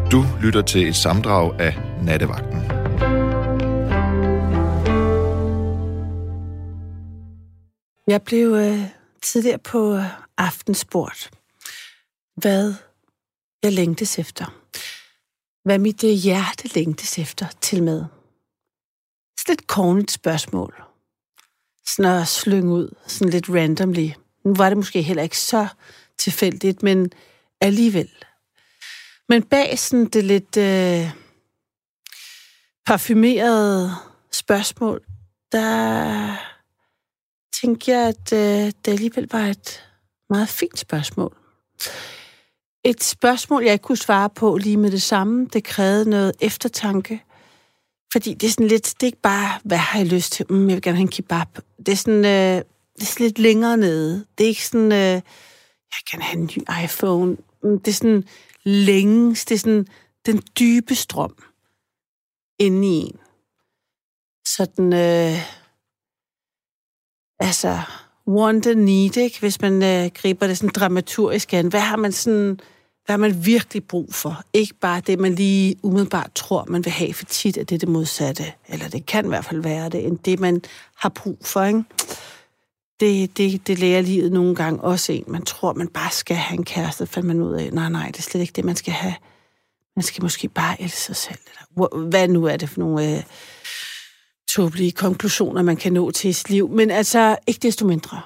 Du lytter til et sammendrag af Nattevagten. Jeg blev tidligere på aften spurgt, hvad jeg længtes efter. Hvad mit hjerte længtes efter til med. Sådan et kornet spørgsmål. Sådan at slynge ud, sådan lidt randomly. Nu var det måske heller ikke så tilfældigt, men alligevel. Men bag sådan det lidt parfumerede spørgsmål, der tænkte jeg, at det alligevel var et meget fint spørgsmål. Et spørgsmål, jeg ikke kunne svare på lige med det samme. Det krævede noget eftertanke. Fordi det er sådan lidt, det er ikke bare, hvad har jeg lyst til? Jeg vil gerne have en kebab. Det er sådan, det er sådan lidt længere nede. Det er ikke sådan, jeg vil gerne have en ny iPhone. Det er sådan længes, det er sådan den dybe strøm inde i en. Sådan, altså, want and need, ikke? Hvis man griber det sådan dramaturgisk an. Hvad har man virkelig brug for? Ikke bare det, man lige umiddelbart tror, man vil have, for tit er det modsatte. Eller det kan i hvert fald være det, end det, man har brug for, ikke? Det lærer livet nogle gange også en. Man tror, man bare skal have en kæreste, fandt man ud af. Nej, det er slet ikke det, man skal have. Man skal måske bare elske sig selv. Eller hvad nu er det for nogle tåbelige konklusioner, man kan nå til sit liv. Men altså, ikke desto mindre.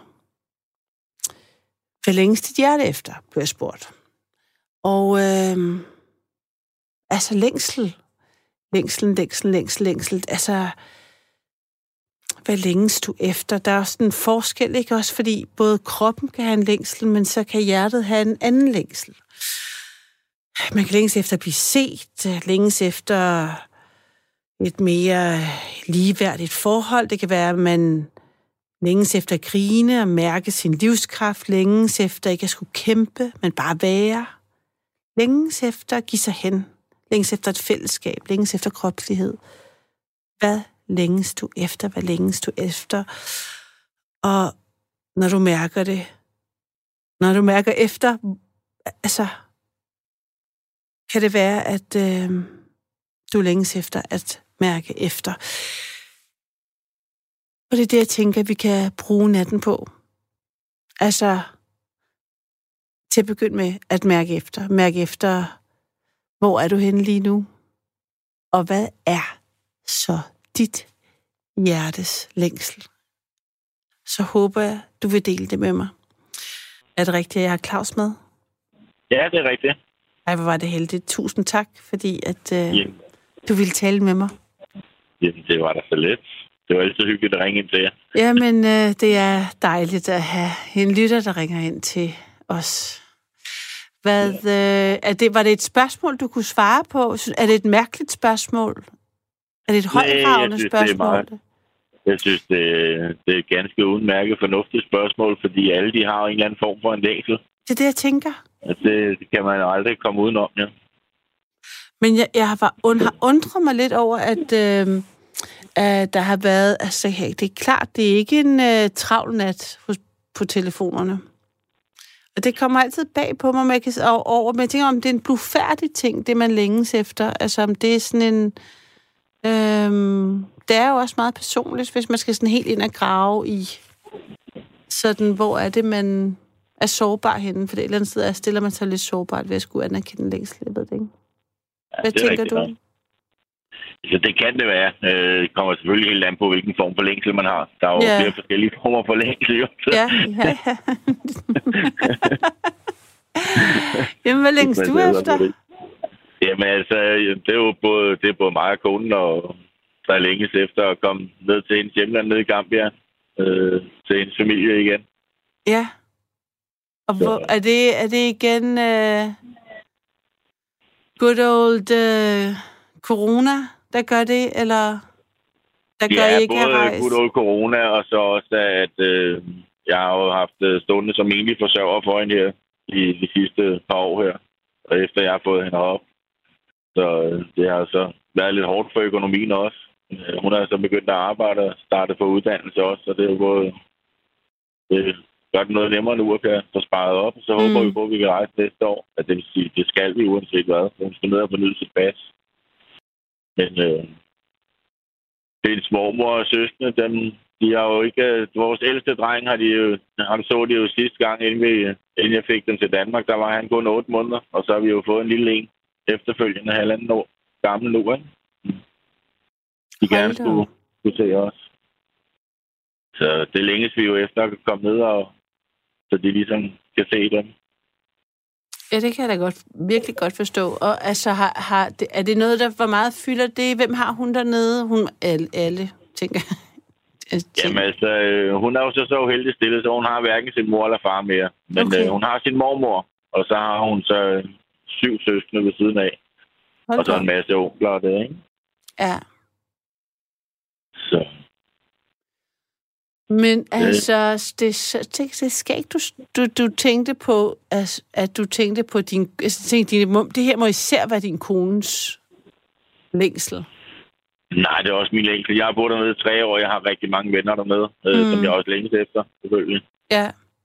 Hvad længes dit hjerte efter, blev jeg spurgt. Og altså længsel. Altså, hvad længes du efter? Der er også en forskel, ikke? Også fordi både kroppen kan have en længsel, men så kan hjertet have en anden længsel. Man kan længes efter at blive set, længes efter et mere ligeværdigt forhold. Det kan være, at man længes efter at grine og mærke sin livskraft, længes efter ikke at skulle kæmpe, men bare være. Længes efter at give sig hen, længes efter et fællesskab, længes efter kropslighed. Hvad længes du efter? Hvad længes du efter? Og når du mærker det, når du mærker efter, altså, kan det være, at du længes efter at mærke efter. Og det er det, jeg tænker, vi kan bruge natten på. Altså, til at begynde med at mærke efter. Mærke efter, hvor er du henne lige nu? Og hvad er så dit hjertes længsel? Så håber jeg, du vil dele det med mig. Er det rigtigt, at jeg har Claus med? Ja, det er rigtigt. Ej, hvor var det heldigt. Tusind tak, fordi at du ville tale med mig. Jamen, det var da så let. Det var altid hyggeligt at ringe ind til jer. Jamen, det er dejligt at have en lytter, der ringer ind til os. Var det et spørgsmål, du kunne svare på? Er det et mærkeligt spørgsmål? Er det et højtravende spørgsmål? Jeg synes, det er et ganske udmærket fornuftigt spørgsmål, fordi alle de har en eller anden form for en længsel. Det er det, jeg tænker. Det kan man jo aldrig komme udenom, ja. Men jeg har undret mig lidt over, at der har været... Altså, det er klart, det er ikke en travl nat på telefonerne. Og det kommer altid bag på mig, men jeg tænker, om det er en blufærdig ting, det man længes efter. Altså, om det er sådan en... det er jo også meget personligt, hvis man skal sådan helt ind og grave i sådan, hvor er det, man er sårbar henne. For det et eller andet sted stiller man sig lidt sårbart ved at skulle anerkende længsel. Jeg ved det ikke. Hvad tænker du? Så det kan det være. Det kommer selvfølgelig helt an på, hvilken form for længsel man har. Der er jo flere forskellige former for længsel. Jo. Ja. Jamen, hvad længes du efter? Jamen, altså, det er både mig og konen, og der længes efter at komme ned til hendes hjemland nede i Gambia, til hendes familie igen. Ja. Og er det igen good old corona, der gør det, eller der gør I ikke både rejse? Good old corona, og så også, at jeg har jo haft stående som enlig forsørger for hende her i de sidste par år her, og efter jeg har fået hende op. Så det har så været lidt hårdt for økonomien også. Hun har så begyndt at arbejde og starte på uddannelse også, så det er jo både gør det noget nemmere nu at kan få sparet op. Så håber vi på, at vi kan rejse næste år. At det vil sige, det skal vi uanset hvad. Hun skal ned og fornyde sit pas. Men hendes mormor og søskende, de har jo ikke... Vores ældste dreng ham så de jo sidste gang, inden jeg fik dem til Danmark. Der var han kun 8 måneder, og så har vi jo fået en lille en efterfølgende 1,5 år gammel nu, ikke? De gerne skulle se os. Så det længes vi jo efter at komme ned, så de ligesom kan se dem. Ja, det kan jeg da virkelig godt forstå. Og altså, er det noget, der hvor meget fylder det? Hvem har hun dernede? Hun alle, tænker jeg. Jamen altså, hun er jo så uheldig stillet, så hun har hverken sin mor eller far mere. Men hun har sin mormor, og så har hun så 7 søskende ved siden af. Og så en masse onkler og det, ikke? Ja. Så. Men altså, det skal ikke du tænkte på, at du tænkte på det her må især være din kones længsel. Nej, det er også min længsel. Jeg har boet dernede i 3 år, jeg har rigtig mange venner dernede, som jeg også længes efter, selvfølgelig. Ja.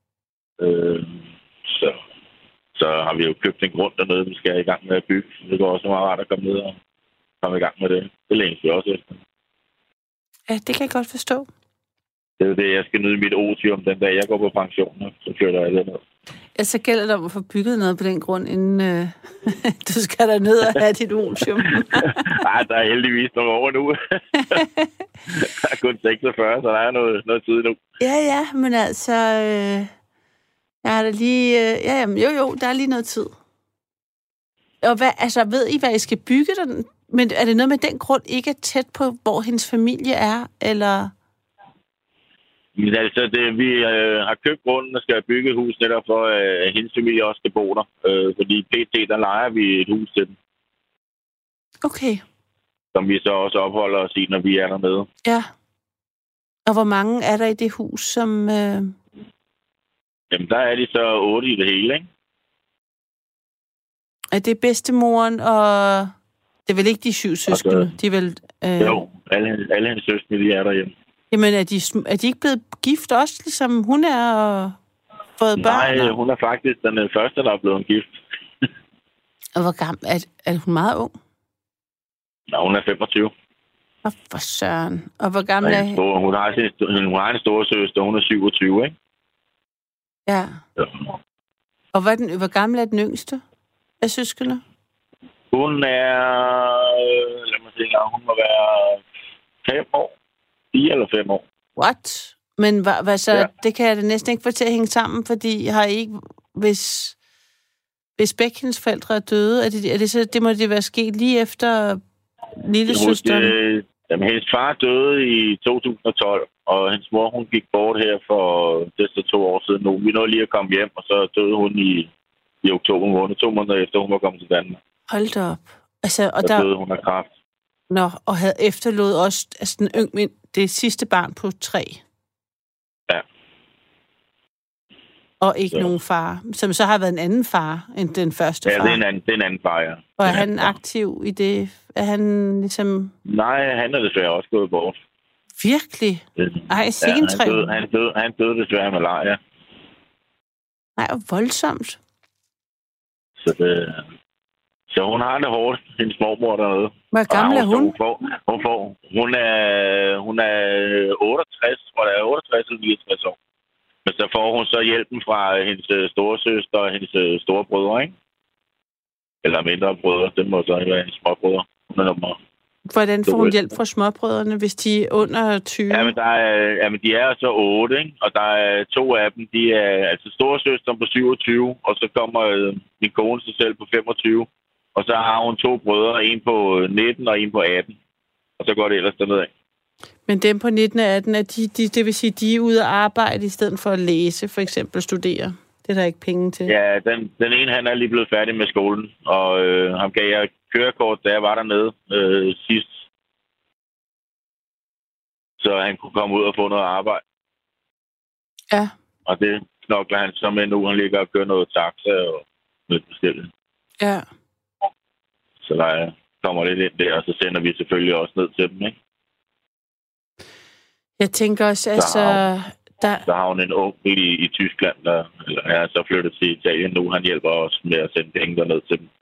Så har vi jo købt en grund dernede, vi skal i gang med at bygge. Det går også meget rart at komme ned og komme i gang med det. Det længes vi også efter. Ja, det kan jeg godt forstå. Det er jo det, jeg skal nyde mit otium den dag, jeg går på pension, så flytter jeg ned. Ja, så gælder det om at få bygget noget på den grund, inden du skal der ned og have dit otium. Nej, der er heldigvis nogle år nu. Der er kun 46, så der er noget tid nu. Ja, men altså... jeg har da lige... jo, der er lige noget tid. Og ved I, hvad I skal bygge den? Men er det noget med, den grund ikke er tæt på, hvor hendes familie er, eller... Men altså, vi har købt grunden og skal bygge et hus netop for, at hendes familie også skal bo der. Fordi pt. Der lejer vi et hus til dem. Okay. Som vi så også opholder os i, når vi er dernede. Ja. Og hvor mange er der i det hus, som... Jamen, der er de så 8 i det hele, ikke? Er det bedstemoren, og... Det er vel ikke de 7 søskende? De er vel... Jo, alle hendes søskende, de er derhjemme. Jamen, er de ikke blevet gift også, ligesom hun er, og fået børn? Nej, hun er faktisk den første, der er blevet gift. Og hvor gammel? Er hun meget ung? Nej, hun er 25. Og for søren. Og hvor gammel er hun? Hun har en store søster, hun er 27, ikke? Ja. Og hvor gammel er den yngste af søskende? Hun er... Lad mig se, hun må være 5 år. 4 eller 5 år. What? Men hvad så? Ja. Det kan jeg da næsten ikke få til at hænge sammen, fordi har I ikke... Hvis begge hendes forældre er døde, er det så, det må det være sket lige efter lillesøsteren? Jamen, hendes far døde i 2012, og hendes mor, hun gik bort her for næste 2 år siden nu. Vi nåede lige at komme hjem, og så døde hun i oktober måned, 2 måneder efter, hun var kommet til Danmark. Hold da op. Altså, og der døde hun af kræft. Nå, og havde efterlod også det sidste barn på 3. Ja. Og ikke nogen far, som så har været en anden far end den første far. Ja, det er en anden far, ja. Og er han aktiv i det? Er han ligesom... Nej, han er desværre også gået bort. Virkelig? Ej, sikken træ. Han døde desværre med malaria. Nej, voldsomt. Så hun har det hårdt, hendes mormor dernede. Hvor gammel er hun? Hun er 68, hvor der er 68 eller 69 år. Men så får hun så hjælpen fra hendes storesøster og hendes store brødre, ikke? Eller mindre brødre, det må så være hendes småbrødre. Hvordan får hun hjælp fra småbrødrene, hvis de er under 20? Jamen, de er så 8, ikke? Og der er 2 af dem, de er altså storesøsteren på 27, og så kommer min kone sig selv på 25. Og så har hun 2 brødre, en på 19 og en på 18. Og så går det ellers dernede af. Men dem på 19 og 18, det vil sige, de er ude at arbejde i stedet for at læse, for eksempel studere? Det er der ikke penge til. Ja, den ene, han er lige blevet færdig med skolen, og ham gav jeg kørekort, da jeg var dernede sidst. Så han kunne komme ud og få noget arbejde. Ja. Og det knokler han så med nu. Han ligger og kører noget taxa og noget bestilt. Ja. Så der kommer lidt ind der, og så sender vi selvfølgelig også ned til dem, ikke? Jeg tænker også, altså, Så har hun en onkel i Tyskland, der er så flyttet til Italien nu. Han hjælper os med at sende penge derned til dem.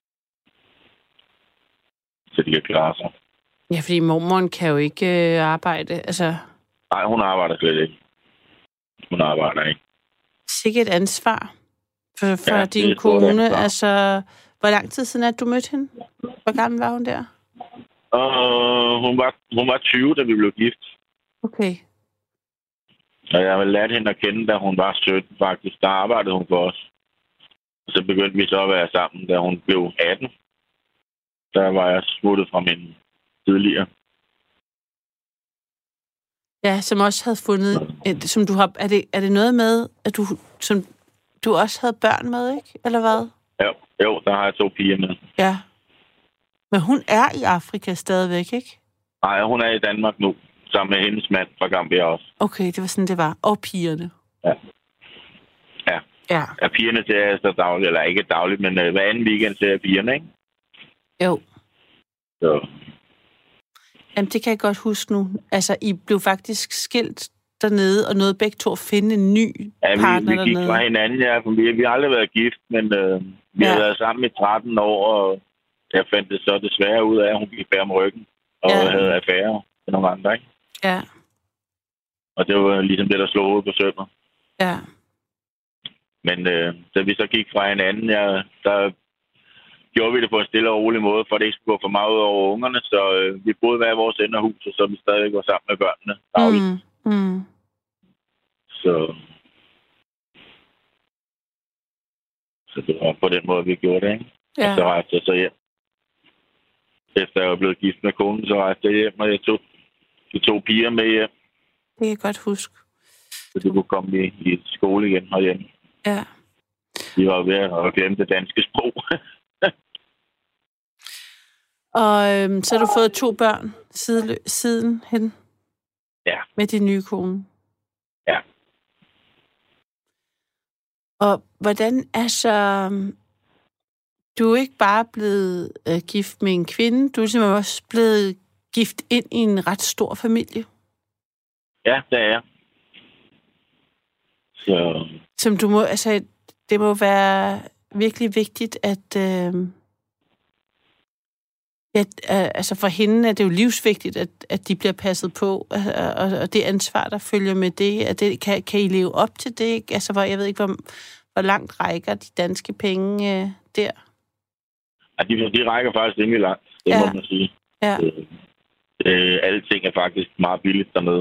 Så de kan klare sig. Ja, fordi mormoren kan jo ikke arbejde, altså... Nej, hun arbejder slet ikke. Hun arbejder ikke. Sikkert et ansvar for din kone. Altså, hvor lang tid siden at du mødte hende? Hvor gammel var hun der? Hun var 20, da vi blev gift. Okay. Og jeg har lært hende at kende, da hun var 17 faktisk. Der arbejdede hun for os. Og så begyndte vi så at være sammen, da hun blev 18. Der var jeg smuttet fra min tidligere. Ja, som også havde fundet... Som du har, er det noget med, at du også havde børn med, ikke? Eller hvad? Jo, der har jeg 2 piger med. Ja. Men hun er i Afrika stadigvæk, ikke? Nej, hun er i Danmark nu. Sammen med hendes mand fra Gambia også. Okay, det var sådan, det var. Og pigerne. Ja. Ja. Pigerne ser jeg så dagligt, eller ikke dagligt, men hver anden weekend ser jeg pigerne, ikke? Jo. Så. Jamen, det kan jeg godt huske nu. Altså, I blev faktisk skilt dernede, og nåede begge to at finde en ny partner dernede. Vi gik fra hinanden, ja. Vi har aldrig været gift, men vi har været sammen i 13 år, og jeg fandt det så desværre ud af, at hun gik bag om ryggen, og havde affære med nogle andre, ikke? Ja. Og det var ligesom det, der slog hovedet på sømmet. Ja. Men da vi så gik fra hinanden, der gjorde vi det på en stille og rolig måde, for at det ikke skulle gå for meget ud over ungerne. Så vi boede hver vores ende af huset, så vi stadig var sammen med børnene dagligt. Så det var på den måde, vi gjorde det, ikke? Ja. Og så rejste jeg så hjem. Efter jeg var blevet gift med konen, så rejste jeg hjem, og jeg tog de 2 piger med hjem. Det kan jeg godt huske. Så de kunne komme i skole igen herhjemme. Ja. De var ved at glemme det danske sprog. Og så har du fået 2 børn siden hen? Ja. Med din nye kone? Ja. Og hvordan du er ikke bare blevet gift med en kvinde, du er simpelthen også blevet gift ind i en ret stor familie? Ja, det er jeg. Så... Som du må, altså, det må være virkelig vigtigt, at altså for hende er det jo livsvigtigt, at de bliver passet på, og det ansvar, der følger med det, at det kan I leve op til det, ikke? Altså, jeg ved ikke, hvor langt rækker de danske penge der? Ja, de rækker faktisk rimelig langt, det må man sige. Ja. Alting er faktisk meget billigt dernede.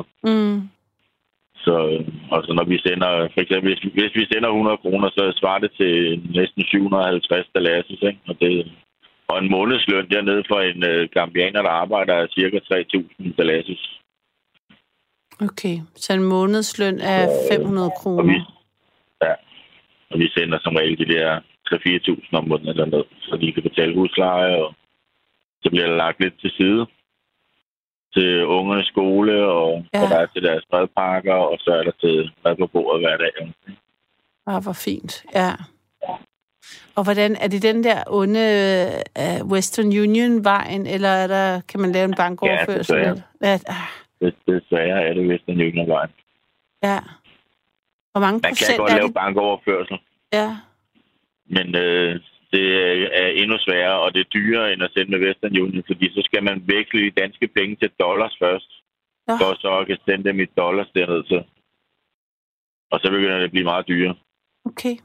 Så når vi sender, for eksempel, hvis vi sender 100 kroner, så svarer det til næsten 750 dollars, ikke? Og en månedsløn dernede for en gambianer, der arbejder, er cirka 3.000 dollars. Okay, så en månedsløn er 500 kroner. Og vi sender som regel de der 3-4.000 om måneden eller noget, så de kan betale husleje, og så bliver der lagt lidt til side til ungernes skole, og så der er til deres madpakker, og så er der til mad på bordet hver dag. Hvor fint, ja. Og hvordan, er det den der onde Western Union-vejen, eller kan man lave en bankoverførsel? Ja, desværre er det Western Union-vejen. Ja. Hvor mange procent man kan godt lave bankoverførsel. Ja. Men det er endnu sværere, og det er dyrere end at sende med Western Union, fordi så skal man veksle de danske penge til dollars først, for så at sende dem i dollars derned til. Og så begynder det at blive meget dyrere. Okay.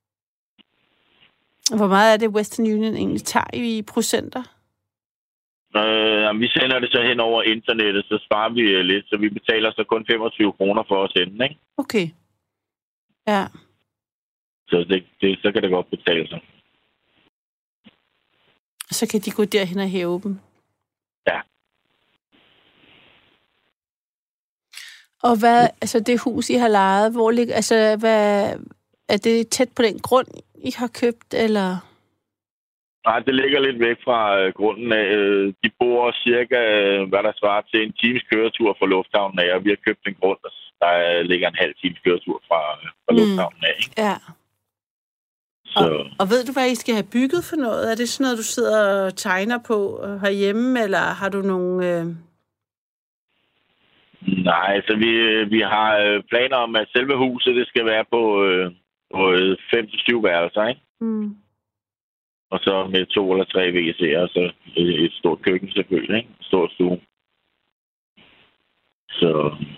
Hvor meget er det, Western Union egentlig tager i procenter? Vi sender det så hen over internettet, så sparer vi lidt, så vi betaler så kun 25 kroner for at sende, ikke? Okay. Ja. Så så kan det godt betale sig. Så kan de gå derhen og hæve dem? Ja. Og altså det hus, I har lejet, hvor ligger, altså er det tæt på den grund, I har købt, eller? Nej, det ligger lidt væk fra grunden af. De bor cirka, hvad der svarer til en times køretur fra lufthavnen af, og vi har købt en grund, der ligger en halv times køretur fra lufthavnen af. Ikke? Ja. Og ved du, hvad I skal have bygget for noget? Er det sådan noget, du sidder og tegner på herhjemme, eller har du nogle... Nej, så vi har planer om, at selve huset, det skal være på 5-7 værelser, ikke? Mm. Og så med 2 eller 3 WC'er, og så et stort køkken selvfølgelig, ikke? En stor stue. Så...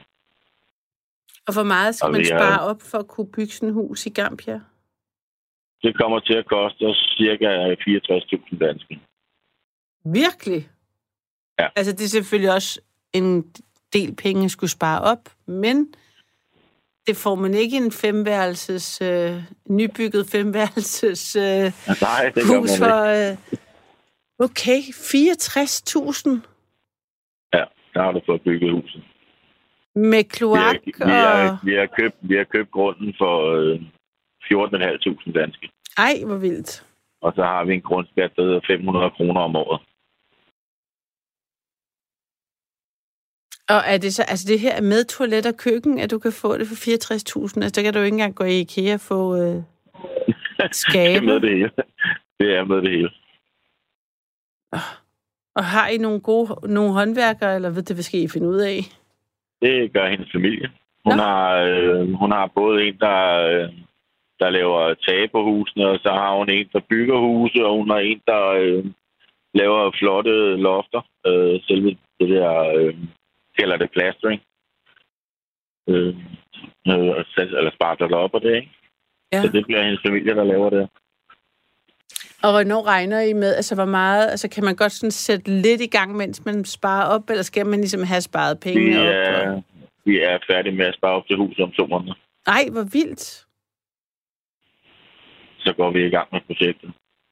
Og hvor meget skal man spare op for at kunne bygge sådan et hus i Gambia? Det kommer til at koste os cirka 64.000 danske. Virkelig? Ja. Altså, det er selvfølgelig også en del penge, at skulle spare op, men det får man ikke en nybygget 5-værelses Nej, det hus for... Okay, 64.000? Ja, der har du fået bygget huset. Med kloak Vi har købt grunden for 14.500 danske. Ej, hvor vildt. Og så har vi en grundskat, der hedder 500 kroner om året. Og er det så, altså det her er med toilet og køkken, at du kan få det for 64.000? Altså der kan du ikke engang gå i IKEA og få skabe. Det er med det hele. Det er med det hele. Og har I nogle håndværkere, eller ved det, hvad skal I finde ud af? Det gør hendes familie. Hun har både en, der laver tage på husene, og så har hun en, der bygger huse, og hun har en, der laver flotte lofter. Selve det der, kalder det plastering. Eller sparter det op og det, ikke? Ja. Så det bliver hendes familie, der laver det. Og hvornår regner I med, altså hvor meget, altså kan man godt sådan sætte lidt i gang, mens man sparer op, eller skal man ligesom have sparet penge op? Vi er færdige med at spare op til huset om 2 måneder. Ej, hvor vildt. Så går vi i gang med projektet.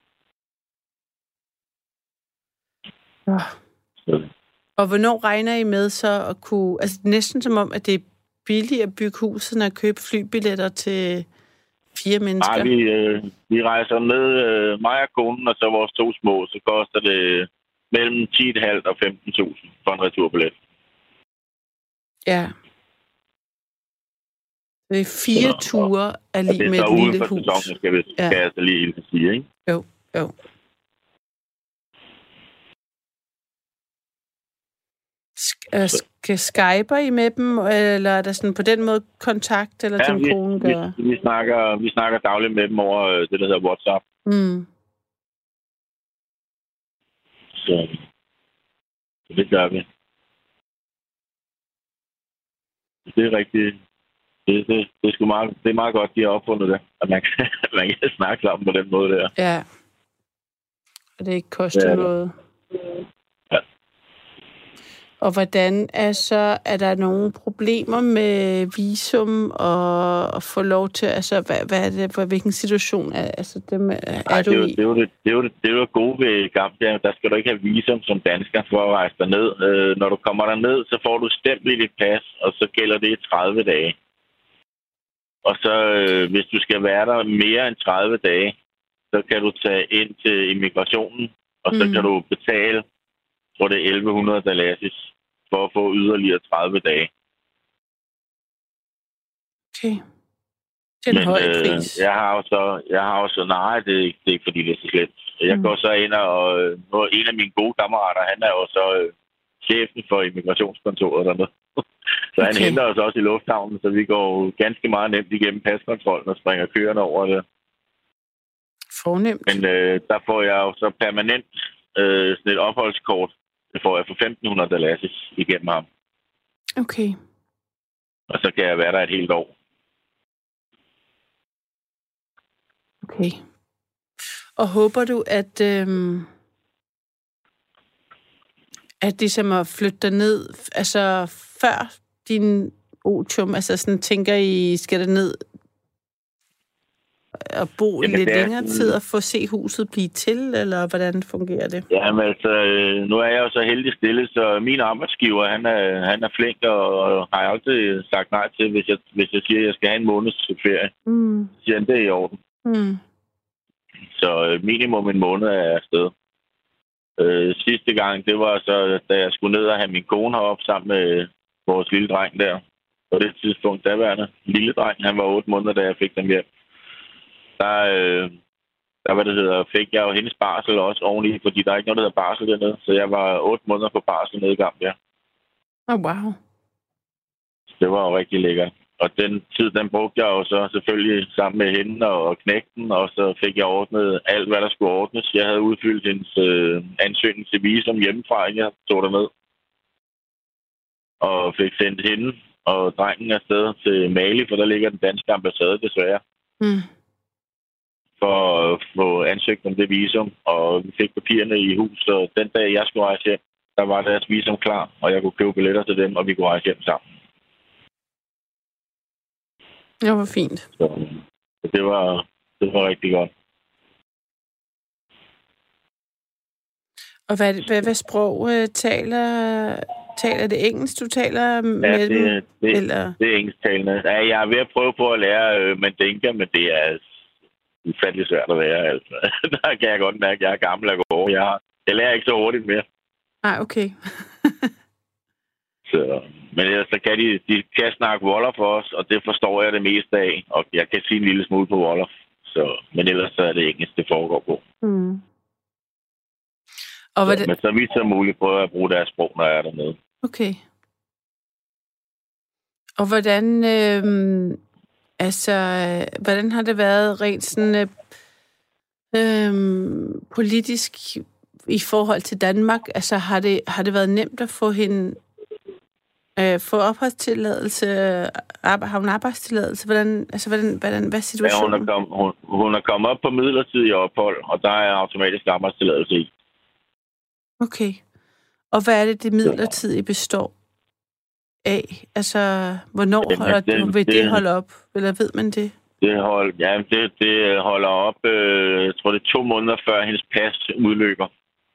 Og hvornår regner I med så at kunne... Altså næsten som om, at det er billigt at bygge huset, end at købe flybilletter til 4 mennesker? Nej, vi rejser med mig og konen, og så vores 2 små, så koster det mellem 10.500 og 15.000 for en returbillet. Ja. Det er 4 ture er lige med et lille hus. Sæsonen, skal jeg altså lige sige, ikke? Jo. Skal Skyper I med dem, eller er der sådan på den måde kontakt, eller din kone gør? Vi snakker dagligt med dem over det, der hedder WhatsApp. Mm. Så det gør vi. Det er rigtigt. Det er sgu meget, det er meget godt, de har opfundet det, at man kan snakke sammen på den måde der. Ja. Og det ikke koster noget. Ja. Og hvordan er der nogle problemer med visum og få lov til, altså hvad er det, hvilken situation er du i? Det er jo det gode ved Gambia. Der skal du ikke have visum som dansker for at rejse derned. Når du kommer derned, så får du stempel i dit pas, og så gælder det i 30 dage. Og så hvis du skal være der mere end 30 dage, så kan du tage ind til immigrationen, og så kan du betale, tror det er 1.100 dollars for at få yderligere 30 dage. Okay. Det er en høj pris. Jeg har jo så, nej, det er ikke fordi det er så slemt. Jeg går så ind, og en af mine gode kammerater, han er jo så chefen for immigrationskontoret dernede. Så han henter os også i lufthavnen, så vi går ganske meget nemt igennem paskontrollen og springer kørende over det. Fornemt. Men der får jeg jo så permanent sådan et opholdskort. Det får jeg for 1.500 dollars igennem ham. Okay. Og så kan jeg være der et helt år. Okay. Og håber du, at ligesom at flytte dig ned, altså før din otium, altså sådan tænker I, skal der ned og bo lidt længere tid og få se huset blive til, eller hvordan fungerer det? Jamen altså, nu er jeg jo så heldig stillet, så min arbejdsgiver, han er flink og har aldrig sagt nej til, hvis jeg siger, at jeg skal have en måneds ferie. Så siger han, det er i orden. Så minimum en måned er jeg afsted. Sidste gang, det var så, da jeg skulle ned og have min kone heroppe sammen med vores lille dreng der. På det tidspunkt, daværende lille dreng, han var 8 måneder, da jeg fik dem hjem. Der fik jeg jo hendes barsel også oveni, fordi der er ikke noget, der hedder barsel dernede. Så jeg var 8 måneder på barsel nede i Gambia. Oh, wow. Det var jo rigtig lækkert. Og den tid, den brugte jeg jo så selvfølgelig sammen med hende og knægten, og så fik jeg ordnet alt, hvad der skulle ordnes. Jeg havde udfyldt hendes ansøgning til visum hjemmefra, inden jeg tog derned. Og fik sendt hende og drengen afsted til Mali, for der ligger den danske ambassade desværre. For at få ansøgt om det visum, og vi fik papirerne i hus, så den dag, jeg skulle rejse hjem, der var deres visum klar, og jeg kunne købe billetter til dem, og vi kunne rejse hjem sammen. Det var fint. Så det var rigtig godt. Og hvad sprog taler det engelsk, du taler med ja, dem? Eller? Det er engelsktalende. Ja, jeg er ved at prøve på at lære mandinka, men det er ufattelig svært at lære. Altså. Der kan jeg godt mærke, at jeg er gammel og går. Jeg lærer ikke så hurtigt mere. Nej, okay. Men ellers så kan de kan snakke Wolof for os, og det forstår jeg det meste af. Og jeg kan sige en lille smule på Wolof. Men ellers så er det engelsk, det foregår på. Mm. Men så vidt som muligt prøver jeg at bruge deres sprog, når jeg er dernede. Okay. Og hvordan har det været rent sådan politisk i forhold til Danmark? Altså har det været nemt at få hende få opholdstilladelse? Har hun arbejdstilladelse? Hvad er situationen? Ja, hun er kommet op på midlertidig ophold, og der er automatisk arbejdstilladelse i. Okay. Og hvad er det midlertidige består af? Altså, hvornår vil det holde op? Eller ved man det? Det holder op, jeg tror det er 2 måneder før hendes pas udløber.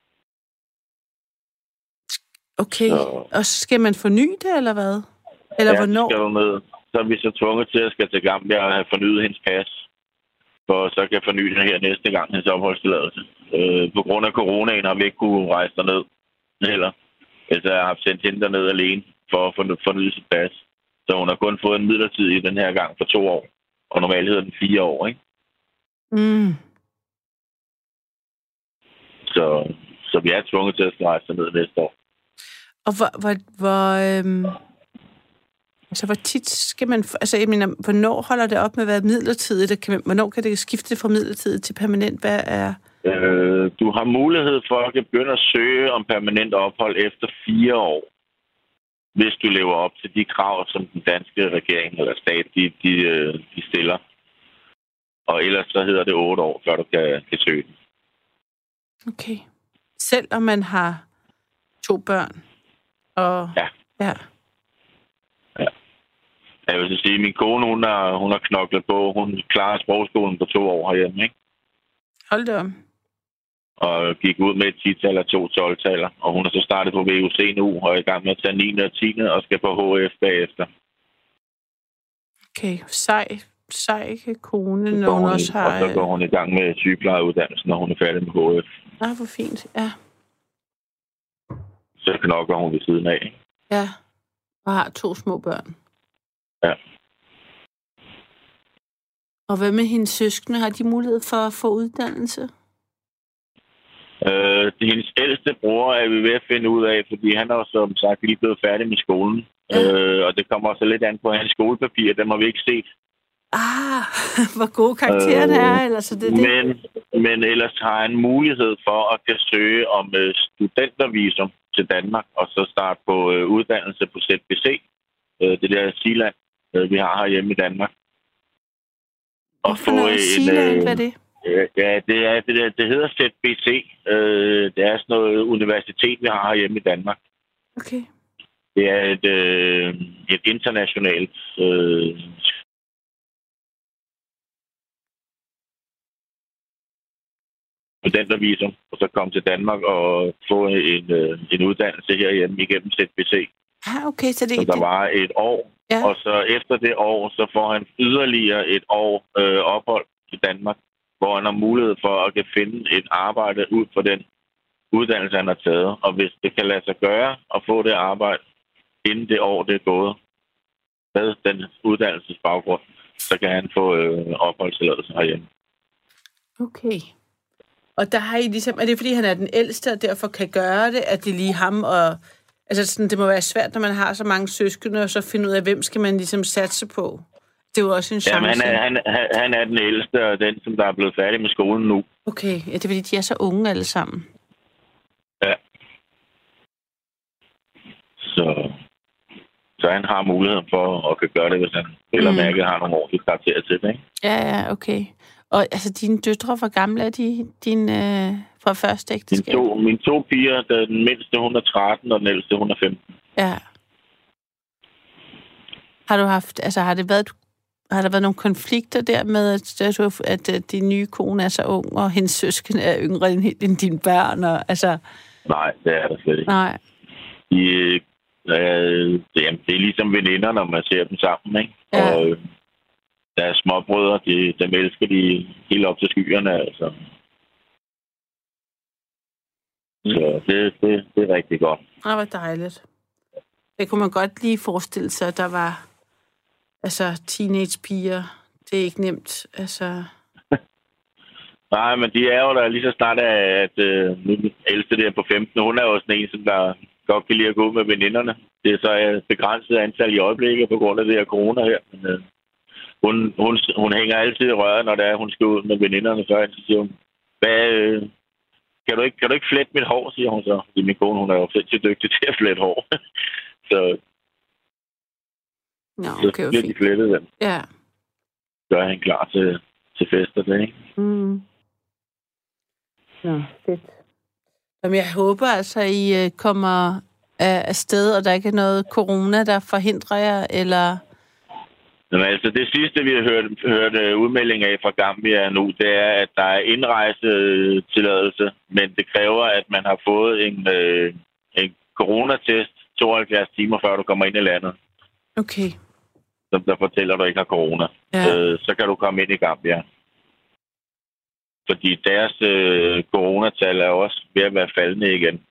Okay, og så skal man forny det, eller hvad? Eller hvornår? Skal du med. Så er vi så tvunget til at skal til Gambia og have fornyet hendes pas. For så kan jeg forny den her næste gang, hendes opholdstilladelse. På grund af coronaen har vi ikke kunne rejse derned heller. Altså jeg har haft sendt hende derned alene for at forny sit pas. Så hun har kun fået en midlertidig den her gang for 2 år. Og normalt hedder den 4 år, ikke? Mm. Så vi er tvunget til at rejse derned næste år. Og hvor tit skal man... Altså, jeg mener, hvornår holder det op med at være midlertidigt? Hvornår kan det skifte fra midlertidigt til permanent? Hvad er... Du har mulighed for at begynde at søge om permanent ophold efter 4 år, hvis du lever op til de krav, som den danske regering eller stat, de stiller. Og ellers så hedder det 8 år, før du kan søge den. Okay. Selv om man har 2 børn? Og... Ja. Jeg vil så sige, at min kone, hun har knoklet på. Hun klarer sprogskolen på 2 år herhjemme, ikke? Hold da om. Og gik ud med et 10-tal og 2 12-taler. Og hun har så startet på VUC nu, og er i gang med at tage 9. og 10. og skal på HF bagefter. Okay, sej kone, når hun også har... Og så går hun i gang med sygeplejeuddannelsen, når hun er færdig med HF. Hvor fint, ja. Så knokler hun ved siden af, ikke? Ja, og har 2 små børn. Ja. Og hvad med hendes søskende? Har de mulighed for at få uddannelse? Hendes ældste bror er vi ved at finde ud af, fordi han er jo som sagt lige blevet færdig med skolen. Ja. Og det kommer også lidt an på hans skolepapir. Dem har vi ikke set. Hvor gode karaktererne er, eller så det. Men ellers har han mulighed for at kan søge om studentervisum til Danmark, og så starte på uddannelse på ZBC. Det der Sealand, vi har herhjemme i Danmark. Hvorfor noget Sealand? Hvad er det? Ja, det hedder ZBC. Det er sådan noget universitet, vi har herhjemme i Danmark. Okay. Det er et internationalt studentervisum, og så komme til Danmark og få en uddannelse herhjemme igennem ZBC. Okay, så det der var et år, ja. Og så efter det år, så får han yderligere et år ophold i Danmark, hvor han har mulighed for at kan finde et arbejde ud fra den uddannelse, han har taget. Og hvis det kan lade sig gøre at få det arbejde, inden det år, det er gået, med den uddannelsesbaggrund, så kan han få opholdstilladelse herhjemme. Okay. Og der har I ligesom... Er det, fordi han er den ældste, og derfor kan gøre det, at det lige ham og... Altså, sådan, det må være svært, når man har så mange søskende, og så finde ud af, hvem skal man ligesom satse på. Det er jo også en chance. Jamen, han er den ældste, og den, som der er blevet færdig med skolen nu. Okay, ja, det er fordi, de er så unge alle sammen. Ja. Så han har muligheden for at kan gøre det, hvis han eller mærke har nogle ordentlige karakterer til det, ikke? Ja, okay. Og altså, dine døtre, hvor gamle er de? Fra første ægteskab? Mine to piger, den mindste, hun er 13, og den ældste, hun er 15. Ja. Har du haft, altså har der været nogle konflikter der med, at din nye kone er så ung, og hendes søskende er yngre end dine børn? Og, altså... Nej, det er der slet ikke. Nej. Det er ligesom veninder, når man ser dem sammen, ikke? Ja. Og deres småbrødre, dem elsker de helt op til skyerne, altså. Så det er rigtig godt. Det var dejligt. Det kunne man godt lige forestille sig, at der var teenagepiger. Det er ikke nemt, altså. Nej, men de er jo der lige så snart, at den ældste der på 15, hun er jo sådan en, som der godt kan lide at gå ud med veninderne. Det er så et begrænset antal i øjeblikket på grund af det her corona her. Men, hun hænger altid i røret, når det er, hun skal ud med veninderne. Så siger hun, kan du ikke flette mit hår, siger hun så. Fordi min kone, hun er jo sindssygt dygtig til at flette hår. Så okay, bliver de flettet dem. Ja. Så er han klar til fester, det, ikke? Mm. Nå, fedt. Jamen, jeg håber altså, I kommer afsted, og der ikke er noget corona, der forhindrer jer, eller... Jamen, altså, det sidste, vi har hørt udmelding af fra Gambia nu, det er, at der er indrejsetilladelse, men det kræver, at man har fået en coronatest 72 timer, før du kommer ind i landet. Okay. Som der fortæller, at du ikke har corona. Ja. Så kan du komme ind i Gambia. Fordi deres coronatal er også ved at være faldende igen.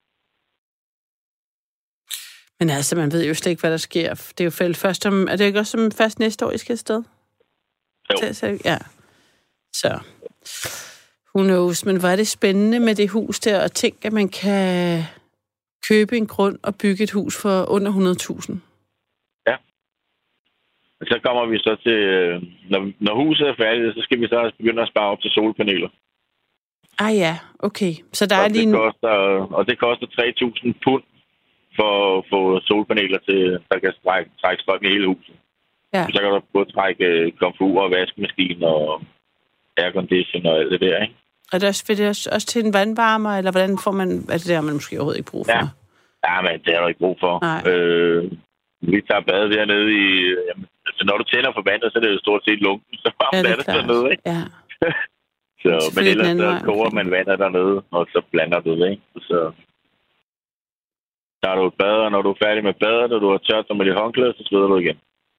Men altså, man ved jo slet ikke, hvad der sker. Det er jo først om... Er det ikke også som først næste år, I skal afsted? Jo. Ja. Så. Who knows? Men hvor er det spændende med det hus der, og tænk, at man kan købe en grund og bygge et hus for under 100.000. Ja. Og så kommer vi så til... Når huset er færdigt, så skal vi så også begynde at spare op til solpaneler. Ah ja, okay. Så der er lige en... det koster 3.000 pund for at få solpaneler til, der kan trække strøm i hele huset. Ja. Så kan du både trække komfur og vaskemaskine og aircondition og alt det der, ikke? Og vil det også til en vandvarmer, eller hvordan får man... Altså, det har man måske overhovedet ikke brug for. Ja, men det har du ikke brug for. Vi tager bad dernede i... Jamen, altså, når du tænder for vandet, så er det jo stort set lunken. Så varmt er det dernede, ikke? Ja. Men ellers så koger man vandet dernede, og så blander du det, ikke? Så tager du et bad, og når du er færdig med badet, og du har tørt dig med dit håndklæde, så sveder du igen.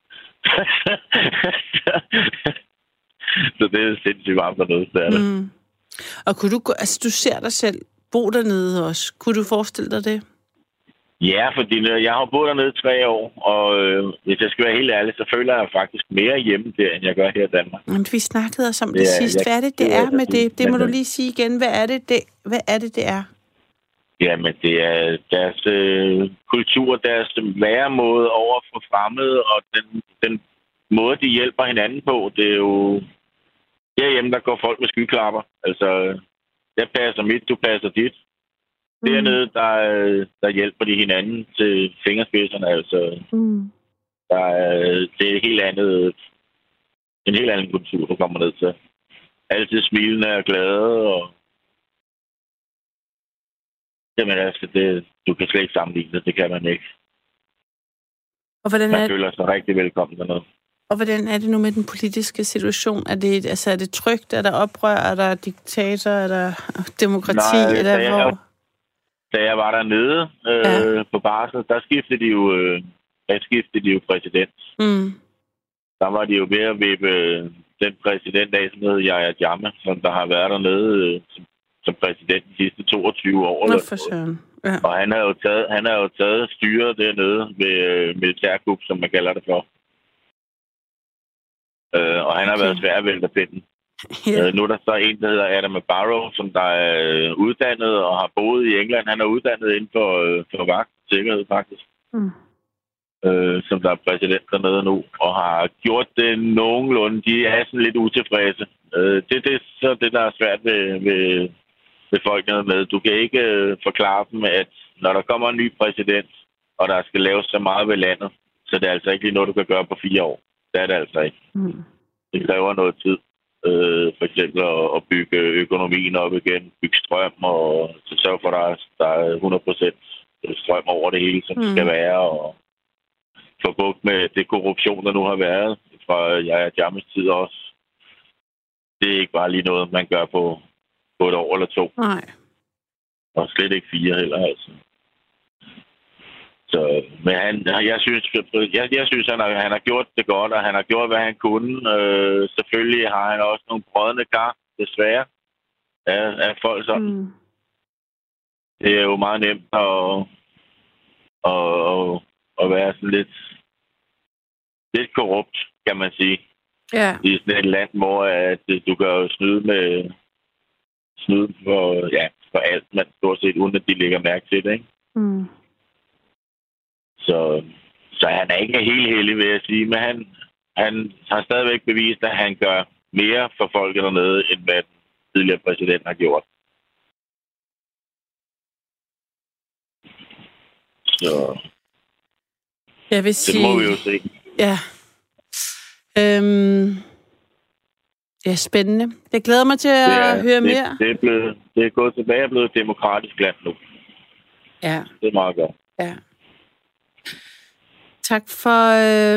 Så det er sindssygt varmt dernede, det er det. Mm. Og kunne du du ser dig selv bo dernede også. Kunne du forestille dig det? Ja, fordi jeg har boet dernede 3 år, og hvis jeg skal være helt ærlig, så føler jeg faktisk mere hjemme der, end jeg gør her i Danmark. Jamen, vi snakkede os om det sidst. Hvad er det er med det? Det må du lige sige igen. Hvad er det er? Jamen, det er deres kultur, deres væremåde over for fremmede, og den måde, de hjælper hinanden på. Det er jo derhjemme, der går folk med skyklapper. Altså, jeg passer mit, du passer dit. Dernede, der hjælper de hinanden til fingerspidserne. Altså, det er en helt anden kultur, du kommer ned til. Altid smilende og glade, og jamen altså, du kan slet ikke sammenligne det. Det kan man ikke. Og hvordan man føler sig rigtig velkommen dernede. Og hvordan er det nu med den politiske situation? Er det trygt? Er der oprør? Er der diktator? Er der demokrati? Nej, da jeg var dernede på barsel, der skiftede de jo præsident. Mm. Der var de jo ved at vippe den præsident af, som hedder Yahya Jammeh, som der har været dernede som præsident de sidste 22 år. Nå, for søren. Ja. Og han har jo taget styret dernede ved militærkup, som man kalder det for. Og han har været svær at vælge pinden. Yeah. Nu er der så en, der hedder Adam Barrow, som der er uddannet og har boet i England. Han er uddannet inden for vagt, sikkerhed, faktisk. Mm. Som der er præsident dernede nu, og har gjort det nogenlunde. De er sådan lidt utilfredse. Det er så det, der er svært ved folk dernede. Du kan ikke forklare dem, at når der kommer en ny præsident, og der skal laves så meget ved landet, så det er altså ikke lige noget, du kan gøre på 4 år. Det er det altså ikke. Mm. Det kræver noget tid. For eksempel at bygge økonomien op igen, bygge strøm, og så sørge for, at der er 100% strøm over det hele, som det skal være, og få bugt med det korruption, der nu har været fra Jammys tid også. Det er ikke bare lige noget, man gør på et år eller 2. Nej. Og slet ikke 4 heller, altså. Så, men jeg synes han har gjort det godt, og han har gjort, hvad han kunne. Selvfølgelig har han også nogle brodne kar, desværre, af folk sådan. Mm. Det er jo meget nemt at være sådan lidt korrupt, kan man sige. Ja. I sådan et land, hvor at du kan snyde for alt, men stort set uden at de lægger mærke til det, ikke? Mm. Så han er ikke helt heldig, vil jeg sige, men han har stadigvæk bevist, at han gør mere for folket dernede, end hvad den tidligere præsident har gjort. Så jeg vil sige, det må vi jo se. Ja. Det er spændende. Jeg glæder mig til at høre mere. Det er gået tilbage og blevet et demokratisk land nu. Ja. Det er meget godt. Ja. Tak for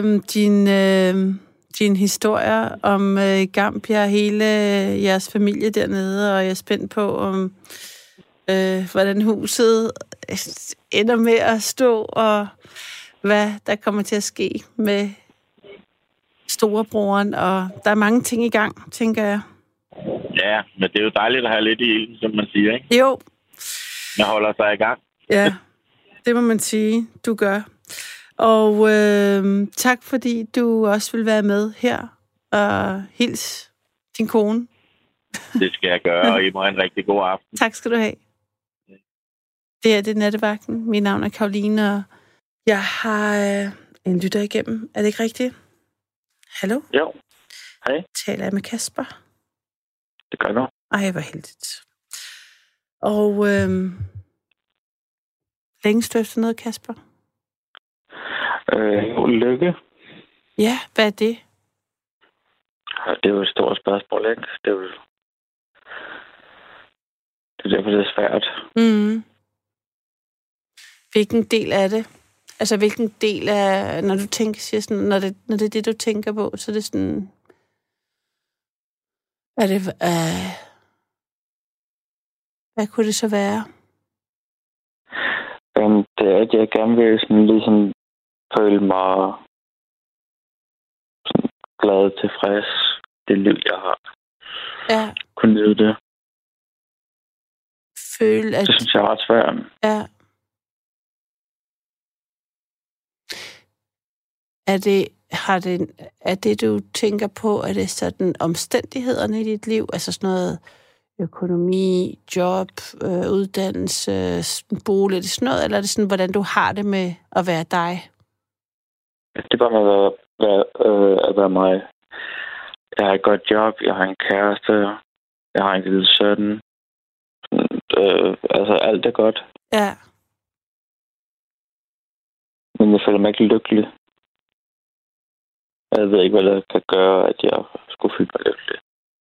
din historie om Gambia og hele jeres familie dernede, og jeg er spændt på, om hvordan huset ender med at stå, og hvad der kommer til at ske med storebroren, og der er mange ting i gang, tænker jeg. Ja, men det er jo dejligt at have lidt i ilden, som man siger, ikke? Jo. Man holder sig i gang. Ja, det må man sige, du gør. Og tak, fordi du også vil være med her og hils din kone. Det skal jeg gøre, og I må have en rigtig god aften. Tak skal du have. Det er Nattevagten. Mit navn er Karoline, og jeg har en lytter igennem. Er det ikke rigtigt? Hallo? Jo. Hej. Taler jeg med Kasper? Det gør du. Ej, hvor heldigt. Og længes du efter noget, Kasper? Lykke. Ja, hvad er det? Det er jo et stort spørgsmål, ikke? Det er derfor, det er svært. Mm. Hvilken del af det? Altså, hvilken del af, når du tænker, siger sådan, når det er det, du tænker på, så er det sådan, er det, hvad kunne det så være? Det er, at jeg gerne vil sådan, ligesom føle mig sådan glad, tilfreds, det liv, jeg har. Ja. Kunne nyde det. Føle, at... Det synes jeg er ret svært. Ja. Er det, du tænker på, er det sådan omstændighederne i dit liv? Altså sådan noget økonomi, job, uddannelse, bolig, er det sådan noget? Eller er det sådan, hvordan du har det med at være dig? Det er bare med at være mig. Jeg har et godt job, jeg har en kæreste, jeg har en lille søn. Altså, alt er godt. Ja. Men jeg føler mig ikke lykkelig. Jeg ved ikke, hvad der kan gøre, at jeg skulle føle mig lykkelig.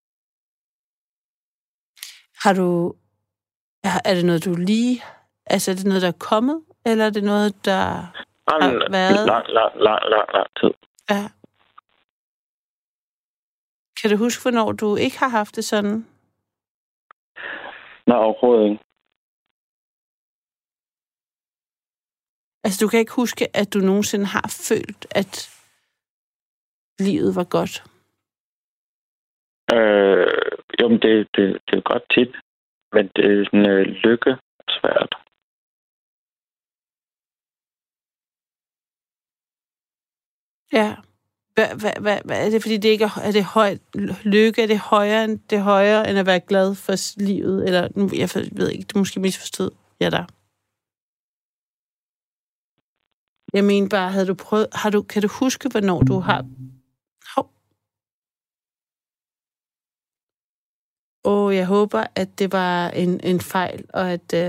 Er det noget, du lige... Altså, er det noget, der er kommet? Eller er det noget, der har været... Lang tid. Ja. Kan du huske, hvornår du ikke har haft det sådan? Nej, overhovedet ikke. Altså, du kan ikke huske, at du nogensinde har følt, at livet var godt? Jo, men det er godt tit. Men det er sådan lykke svært. Ja. Hvad er det, fordi det ikke er det højt lykke? Er det højere end at være glad for livet? Eller, jeg ved ikke, du måske misforstået. Ja, der. Jeg mener bare, havde du prøvet... Kan du huske, hvornår du har... Jeg håber, at det var en fejl, og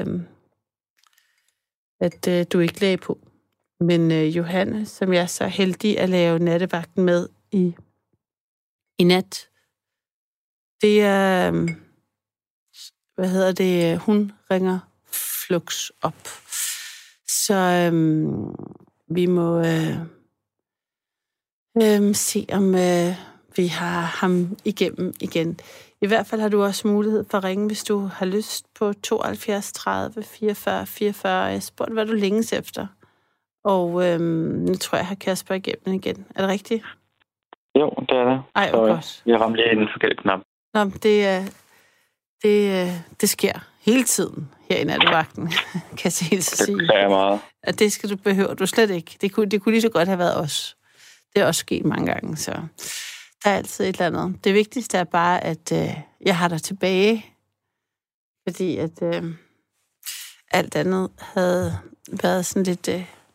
at du ikke lagde på. Men Johanne, som jeg er så heldig at lave nattevagten med i nat, det er... Hun ringer flux op. Så vi må se, om vi har ham igennem igen. I hvert fald har du også mulighed for at ringe, hvis du har lyst, på 72 30 44 44. Jeg spurgte, hvad du længes efter. Og nu tror jeg har Kasper igennem igen. Er det rigtigt? Jo, det er det. Ej, hvor godt. Jeg ramte lige den forkerte knap. Nå, det sker hele tiden her i nattevagten, kan jeg så helt sige. Det er meget. At det skal du behøve du slet ikke. Det kunne lige så godt have været os. Det er også sket mange gange, så der er altid et eller andet. Det vigtigste er bare, at jeg har dig tilbage, fordi at alt andet havde været sådan lidt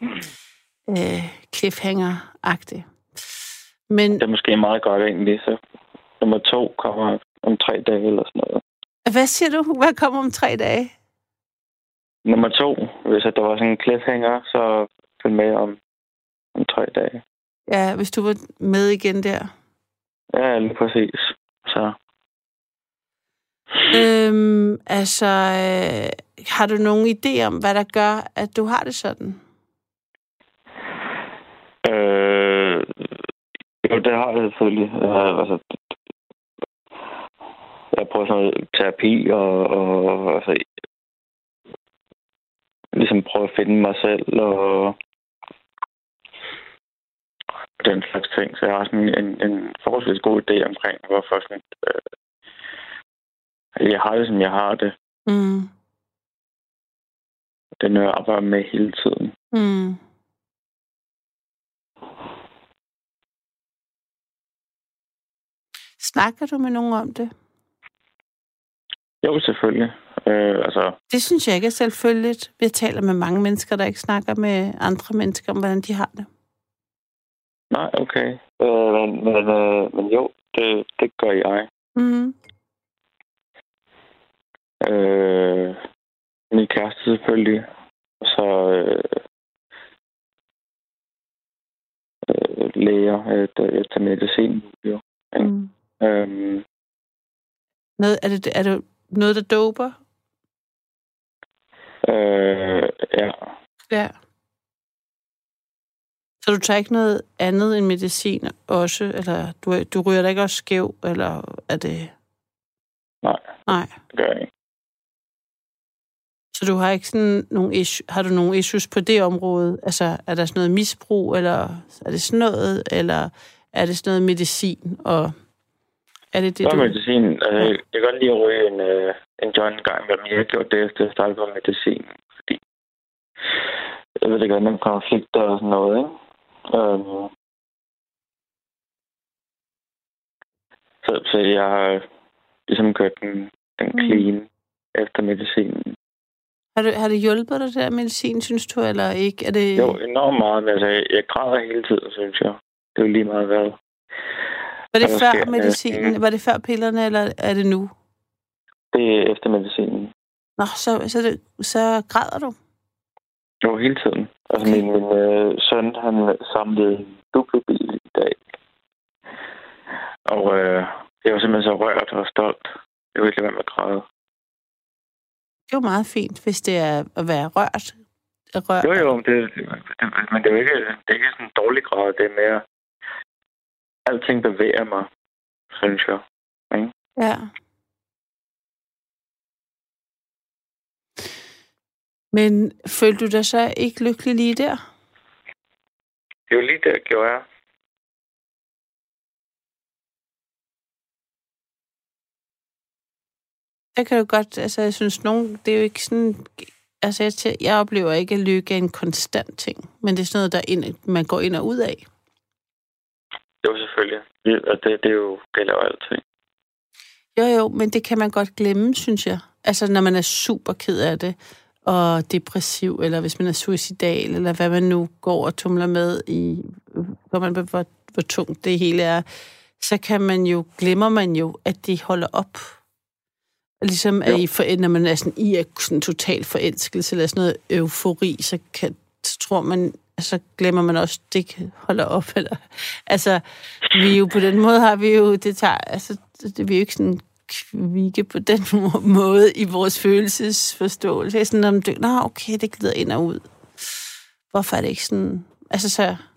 cliffhanger-agtigt. Men det er måske meget godt egentlig, så nummer 2 kommer om 3 dage eller sådan noget. Hvad siger du? Hvad kommer om 3 dage? Nummer 2, hvis der var sådan en cliffhanger, så følg med om 3 dage. Ja, hvis du var med igen der. Ja, lige præcis. Så. Har du nogen idé om, hvad der gør, at du har det sådan? Jo, det har jeg selvfølgelig. Jeg prøver sådan noget terapi og altså, ligesom prøve at finde mig selv og den slags ting. Så jeg har sådan en forholdsvis god idé omkring, hvorfor sådan jeg har det, som jeg har det. Mm. Det er noget, jeg arbejder med hele tiden. Mm. Snakker du med nogen om det? Jo, selvfølgelig. Det synes jeg ikke er selvfølgeligt. Vi taler med mange mennesker, der ikke snakker med andre mennesker om, hvordan de har det. Nej, okay. Men jo, det gør jeg. Mm. Min kæreste selvfølgelig. Så læger efter medicin. Jo. Mm. Er det noget, der doper? Ja. Ja. Så du tager ikke noget andet end medicin også? Eller du ryger da ikke også skæv? Eller er det... Nej. Det gør jeg ikke. Så du har ikke sådan nogle har du nogle issues på det område? Altså, er der sådan noget misbrug, eller er det sådan noget, eller er det sådan noget medicin, og er det du... medicin. Altså, jeg kan godt lide at ryge en joint en gang, men jeg har gjort det efter at starte på medicin, fordi jeg ved ikke, hvad nogle konflikter og sådan noget, ikke? Så jeg har ligesom kørt den clean efter medicinen. Har det hjulpet dig, det der medicin, synes du, eller ikke? Er det... Jo, enormt meget, men altså, jeg græder hele tiden, synes jeg. Det er jo lige meget hvad. Var det før medicinen? Var det før pillerne, eller er det nu? Det er efter medicinen. Nå, så græder du? Jo, hele tiden. Altså, okay. Min søn, han samlede en duplobil i dag. Og jeg var simpelthen så rørt og stolt. Jeg ville ikke lade være med at græde. Det er jo meget fint, hvis det er at være rørt. Jo, men det er jo ikke sådan en dårlig grad. Det er mere... Alting bevæger mig, synes jeg. Ikke? Ja. Men følte du dig så ikke lykkelig lige der? Det var lige der, gjorde jeg. Jeg kan jo godt, altså jeg synes det er jo ikke sådan, altså jeg oplever ikke, at lykke er en konstant ting, men det er sådan noget, man går ind og ud af. Jo, selvfølgelig. Det er jo, gælder jo alting. Jo, men det kan man godt glemme, synes jeg. Altså, når man er super ked af det, og depressiv, eller hvis man er suicidal, eller hvad man nu går og tumler med i, hvor man hvor tungt det hele er, så kan man jo, glemmer man jo, at de holder op. Ligesom når man er sådan i sådan total forelskelse, eller sådan noget eufori, så tror man, så glemmer man også, det kan holde op. Eller, altså, vi jo på den måde har vi jo, det er jo ikke sådan kvikke på den måde i vores følelsesforståelse. Det er sådan, om det, okay, det glider ind og ud. Hvorfor er det ikke sådan? Altså,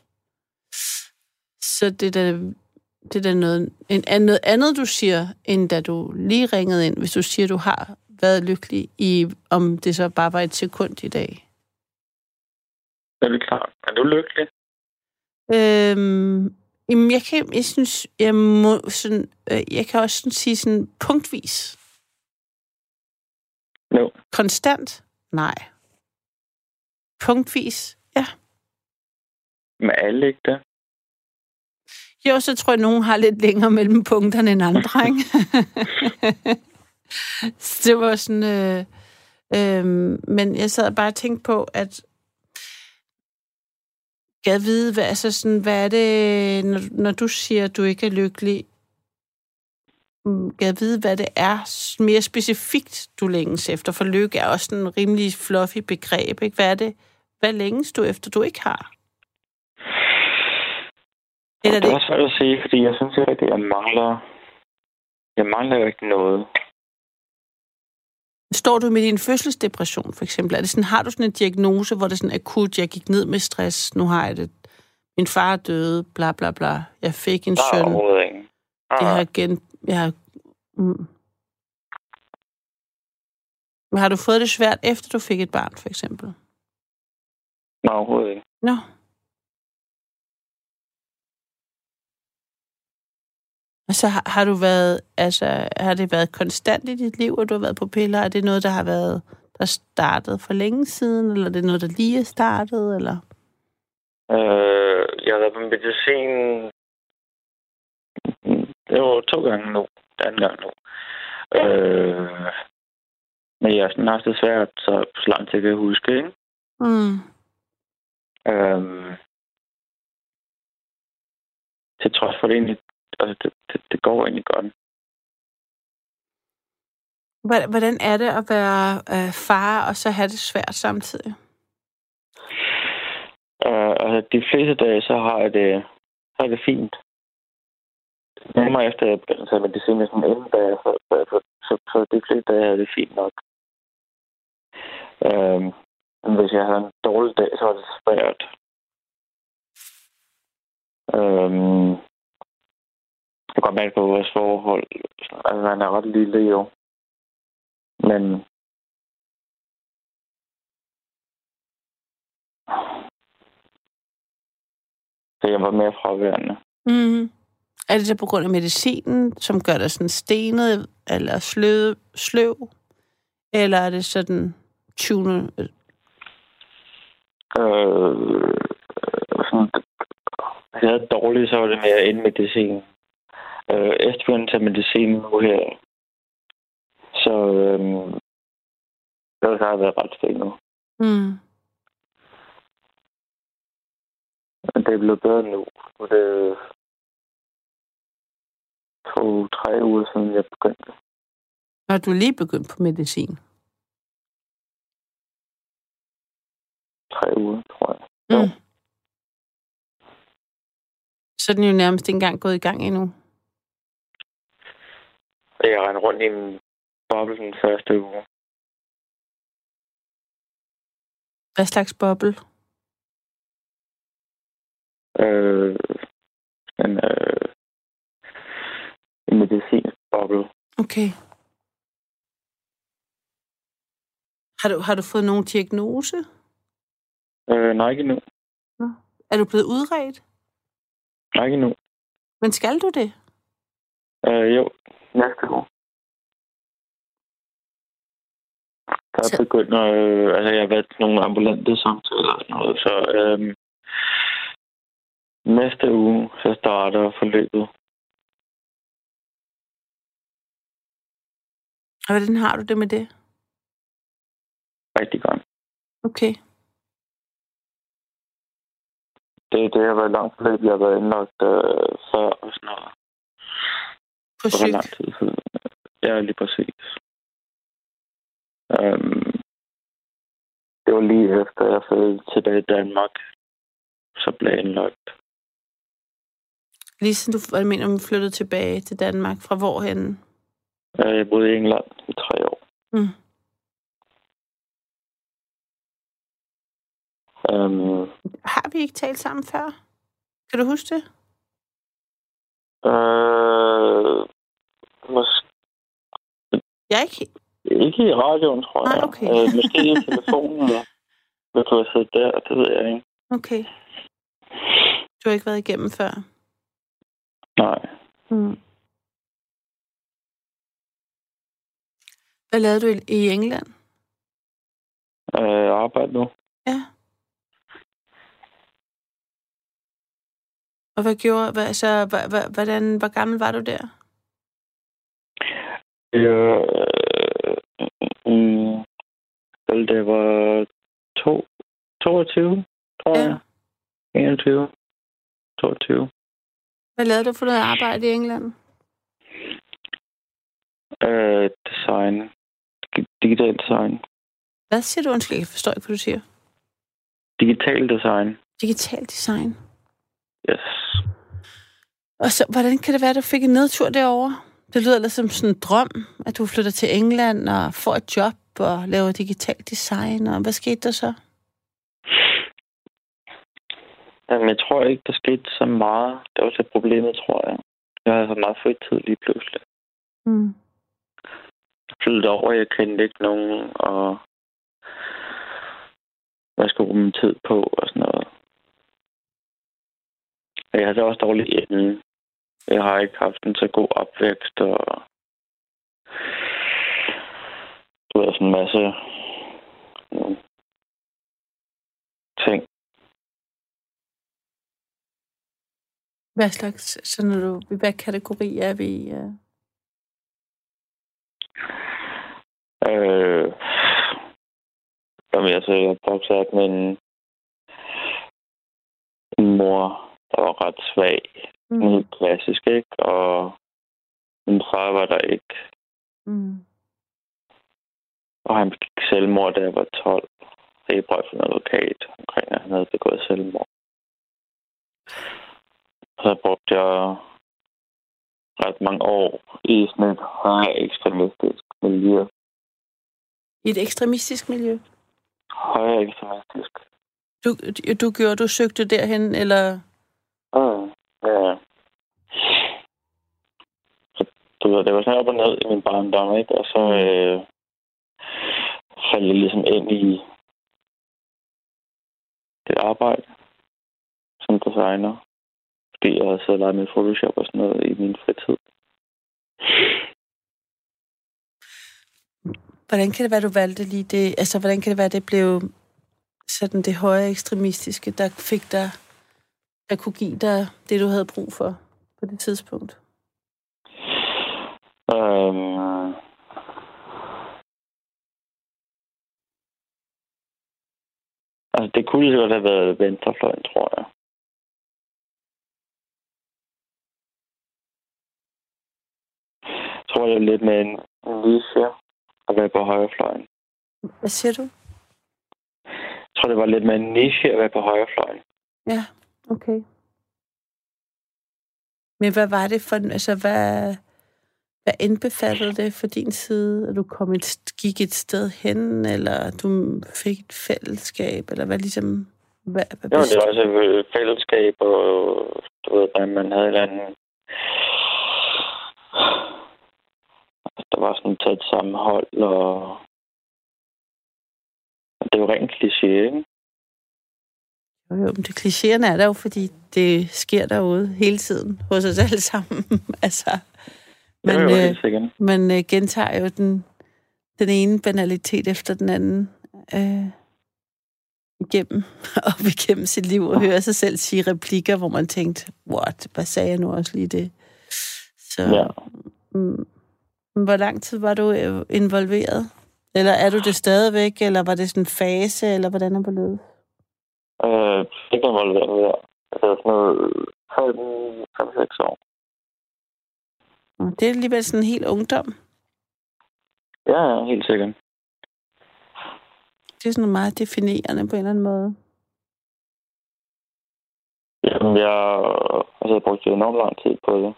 så det er noget andet, du siger, end da du lige ringede ind, hvis du siger, du har været lykkelig om det så bare var et sekund i dag. Er det klart? Er du lykkelig? Jamen, jeg synes, jeg kan også sådan sige sådan punktvis. No. Konstant? Nej. Punktvis? Ja. Men alle ikke det? Jo, så tror jeg, at nogen har lidt længere mellem punkterne end andre, ikke? Så det var sådan... men jeg sad bare og tænkte på, at jeg vide, hvad er det, når du siger, at du ikke er lykkelig, jeg vide, hvad det er mere specifikt, du længes efter, for lykke er også en rimelig fluffy begreb, ikke? Hvad længes du efter, du ikke har? Eller det er også svært at sige, fordi jeg synes ikke, at jeg mangler jo ikke noget. Står du med din fødselsdepression, for eksempel? Er det sådan, har du sådan en diagnose, hvor det er sådan akut, jeg gik ned med stress, nu har jeg det, min far døde, bla bla bla, jeg fik en søn. Overhovedet ikke. Men har du fået det svært, efter du fik et barn, for eksempel? Nej, overhovedet ikke. Nå. Så har du været, har det været konstant i dit liv, og du har været på piller? Er det noget, der startede for længe siden, eller er det noget, der lige er startet, eller? Jeg har været på medicin. Det var 2 gange nu. Den gang nu. Men jeg har sådan haft det svært, så langt til, kan jeg huske, ikke? Mm. Til trods for det egentlig, altså det går egentlig godt. Hvordan er det at være far, og så have det svært samtidig? Altså, de fleste dage, så har jeg det fint. Nærmere efter jeg begyndte at tage medicin med sådan en dag, så de fleste dage havde det fint nok. Men hvis jeg havde en dårlig dag, så var det svært. Jeg kan godt mærke på vores forhold. Altså, man er ret lille jo. Men så jeg var mere fraværende. Mm. Er det så på grund af medicinen, som gør dig sådan stenet eller sløv? Eller er det sådan tunet? Hvis jeg havde dårligt, så var det mere end medicin. Efterfølgende til medicin nu her. Så det har været ret fedt nu. Mm. Men det er blevet bedre nu. Og det er 2-3 uger siden, jeg begyndte. Har du lige begyndt på medicin? 3 uger, tror jeg. Mm. Så er den jo nærmest ikke engang gået i gang endnu. Jeg rendte rundt i en boble den første uge. Hvad slags boble? En medicinsk boble. Okay. Har du fået nogen diagnose? Nej, ikke endnu. Nå. Er du blevet udredt? Nej, ikke endnu. Men skal du det? Jo, næste år. Der er begyndt, jeg har været til nogle ambulante samtaler og noget, så næste uge, så starter forløbet. Og hvordan har du det med det? rigtig godt. Okay. Det har været et langt forløb. Jeg har været indlagt før og sådan noget. På For syg? lang tid siden. Ja, lige præcis. Det var lige efter, jeg flyttede tilbage i Danmark. Så blev jeg indlagt. Lige siden hvad mener du flyttede tilbage til Danmark? Fra hvorhenne? Jeg boede i England i 3 år. Mm. Har vi ikke talt sammen før? Kan du huske det? Måske Jeg er ikke... ikke i radioen, tror jeg. Nej, okay. Måske i telefonen. Hvad kunne jeg sidde der? Det ved jeg ikke. Okay. Du har ikke været igennem før? Nej. Mm. Hvad lavede du i England? Arbejde nu. Ja. Og hvad gjorde... Hvor gammel var du der? Det var 22, tror jeg. 21. 22. Hvad lavede du for noget arbejde i England? Design. Digital design. Hvad siger du? Undskyld, jeg forstår ikke, hvad du siger. Digital design. Digital design. Yes. Og så, hvordan kan det være, at du fik en nedtur derovre? Det lyder lidt som sådan en drøm, at du flytter til England og får et job og laver digital design. Og hvad skete der så? Jamen, jeg tror ikke, der skete så meget. Det var så problemet, tror jeg. Jeg havde så meget fritid lige pludselig. Mm. Jeg flyttede over, jeg kendte ikke nogen, og hvad skulle bruge min tid på og sådan noget. Og jeg havde også dårligt hjemme. Jeg har ikke haft en så god opvækst, og det var sådan en masse ting. Hvad slags, så når du, hvad kategori er vi i? Jamen, altså, jeg har opsat med en mor, der var ret svag. Helt klassisk, ikke? Og min far var der ikke. Mm. Og han begik selvmord, da jeg var 12. Så jeg brød for en advokat omkring, at han havde begået selvmord. Så brugte jeg ret mange år i sådan et højere ekstremistisk miljø. I et ekstremistisk miljø? Højere ekstremistisk. Du søgte derhen, eller? Ja. Så, det var sådan op og ned i min barndom, ikke? Og så faldt jeg ligesom ind i det arbejde som designer. Fordi jeg havde siddet og leget med Photoshop og sådan noget i min fritid. Hvordan kan det være, du valgte lige det? Altså, hvordan kan det være, det blev sådan det højere ekstremistiske, der fik dig, der kunne give dig det, du havde brug for på det tidspunkt? Altså, det kunne lige godt have været venstrefløjen, tror jeg. Jeg tror, det er lidt med en niche at være på højrefløjen. Hvad siger du? Jeg tror, det var lidt med en niche at være på højrefløjen. Ja, okay. Men hvad var det for... Altså, hvad indbefattede det for din side? At du gik et sted hen, eller du fik et fællesskab, eller hvad ligesom... Hvad jo, det var også et fællesskab, og du ved, at man havde et eller andet... Der var sådan et tæt sammenhold, og det er jo rent kliché, ikke? Jo, men det klichéerne er der jo, fordi det sker derude hele tiden hos os alle sammen. Altså, man gentager jo den ene banalitet efter den anden igennem sit liv, og hører sig selv sige replikker, hvor man tænkte, what, hvad sagde jeg nu også lige det? Så, ja. Hvor lang tid var du involveret Eller er du det stadigvæk, eller var det sådan en fase, eller hvordan er det blevet? Det kan holde være med. Altså sådan noget 5-6 år. Det er alligevel sådan en helt ungdom. Ja, helt sikkert. Det er sådan meget definerende på en eller anden måde. Jamen, jeg har brugt enormt lang tid på det.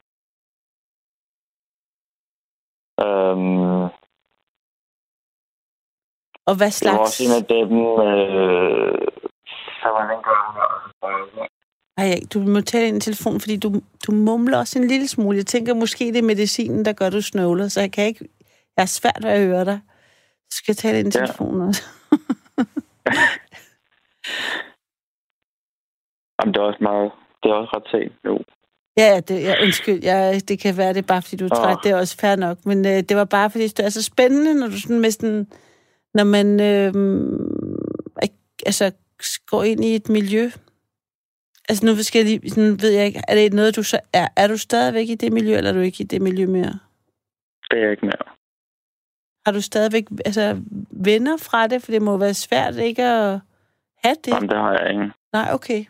Og hvad slags? Det var også en af dem, der var en gang. Ej, du må tale ind i telefonen, fordi du mumler også en lille smule. Jeg tænker måske, det er medicinen, der gør, du snøvler, så jeg er svært ved at høre dig. Du skal tale ind i telefonen også. Jamen, det er også meget. Det er også ret sent nu. Ja, undskyld. Det kan være, det er bare, fordi du er træt. Det er også fair nok. Men det var bare, fordi det er så spændende, når du sådan med sådan... Når man går ind i et miljø. Altså, nu skal jeg lige... Sådan, ved jeg ikke, er det noget, du så er? Er du stadigvæk i det miljø, eller er du ikke i det miljø mere? Det er jeg ikke mere. Har du stadigvæk venner fra det? For det må være svært ikke at have det. Jamen, det har jeg ikke. Nej, okay.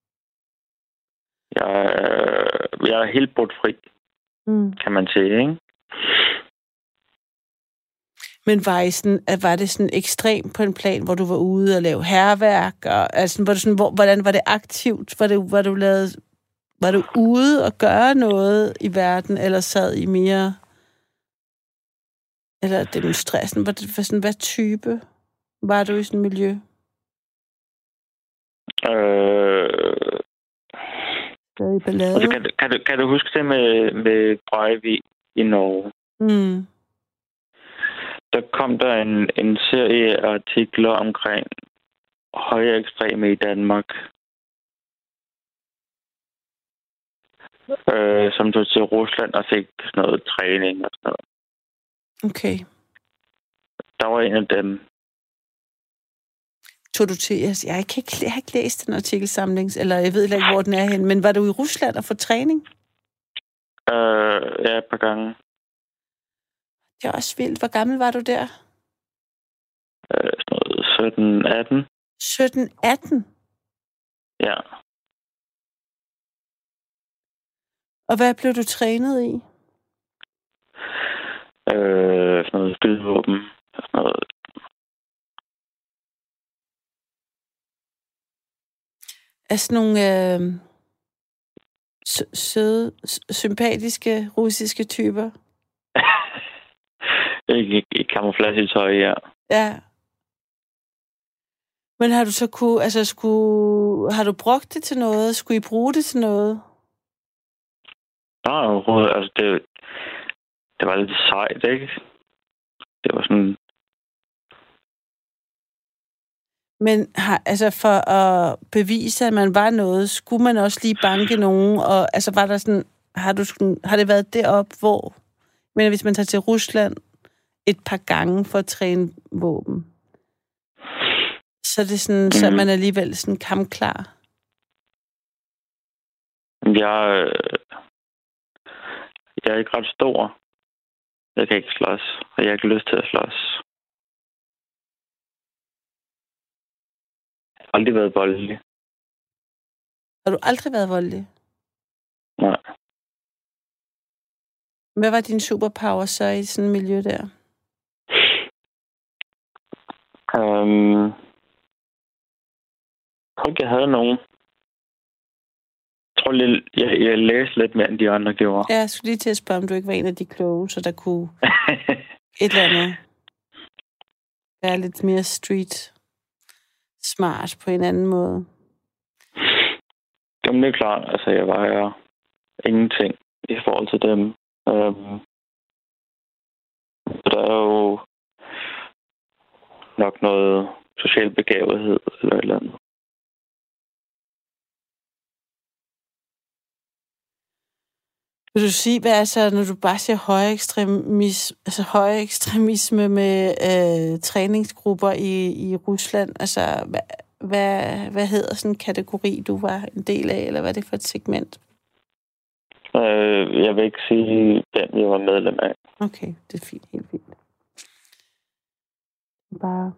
Jeg er helt brudt fri, kan man sige, ikke? Men var det sådan ekstremt på en plan, hvor du var ude og lave hærværk? Og, altså, hvordan var det aktivt? Var du ude og gøre noget i verden, eller sad I mere... Eller demonstrerende? Hvad type var du i sådan et miljø? Altså, kan du huske det med Breivik i Norge? Mm. Der kom der en serie artikler omkring højre ekstreme i Danmark, som tog til Rusland og fik sådan noget træning og sådan noget. Okay. Der var en af dem. Tog du til... Jeg har ikke læst den artikelsamling, eller jeg ved ikke, hvor den er hen, men var du i Rusland og få træning? Ja, et par gange. Det er også vildt. Hvor gammel var du der? Sådan noget 17-18. 17-18? Ja. Og hvad blev du trænet i? Sådan noget skydevåben. Sådan noget. Altså nogle søde, sympatiske russiske typer? Ikke i camouflage-tøj, ja. Ja. Men har du så har du brugt det til noget? Skulle I bruge det til noget? Nej, overhovedet. Altså, det var lidt sejt, ikke? Det var sådan... Men for at bevise, at man var noget, skulle man også lige banke nogen? Og altså, var der sådan... Har det været deroppe, hvor... Men hvis man tager til Rusland et par gange for at træne våben, så er det sådan, så er man alligevel sådan kampklar. Jeg er ikke ret stor. Jeg kan ikke slås, og jeg har ikke lyst til at slås. Jeg har aldrig været voldelig. Har du aldrig været voldelig? Nej. Hvad var din superpower så i sådan et miljø der? Jeg tror ikke, jeg havde nogen. Jeg tror, jeg læste lidt mere, end de andre gjorde. Ja, jeg skulle lige til at spørge, om du ikke var en af de kloge, så der kunne et eller andet være lidt mere street smart på en anden måde. Jamen, det er klart. Altså, jeg var ingenting i forhold til dem. Der er jo nok noget social begavethed eller et eller andet. Vil du sige, hvad er så, når du bare siger højere ekstremisme med træningsgrupper i Rusland? Altså, hvad hedder sådan en kategori, du var en del af, eller hvad er det for et segment? Jeg vil ikke sige, hvem jeg var medlem af. Okay, det er fint, helt fint. Bare...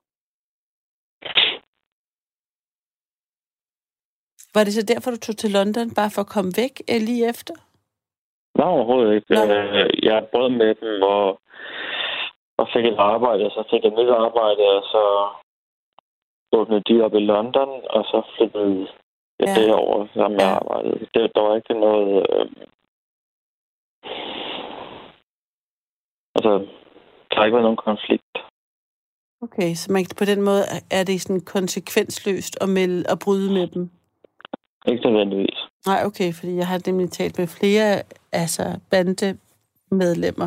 Var det så derfor, du tog til London, bare for at komme væk lige efter? Nej, overhovedet ikke. Nå. Jeg brød med dem og fik et arbejde, og så fik jeg et nyt arbejde, og så åbnede de op i London, og så flyttede jeg derover sammen med arbejdet. Der var ikke noget... Altså, der har ikke været nogen konflikt. Okay, så man, på den måde er det sådan konsekvensløst at bryde med dem? Ikke nødvendigvis. Nej, okay, fordi jeg har nemlig talt med flere bandemedlemmer,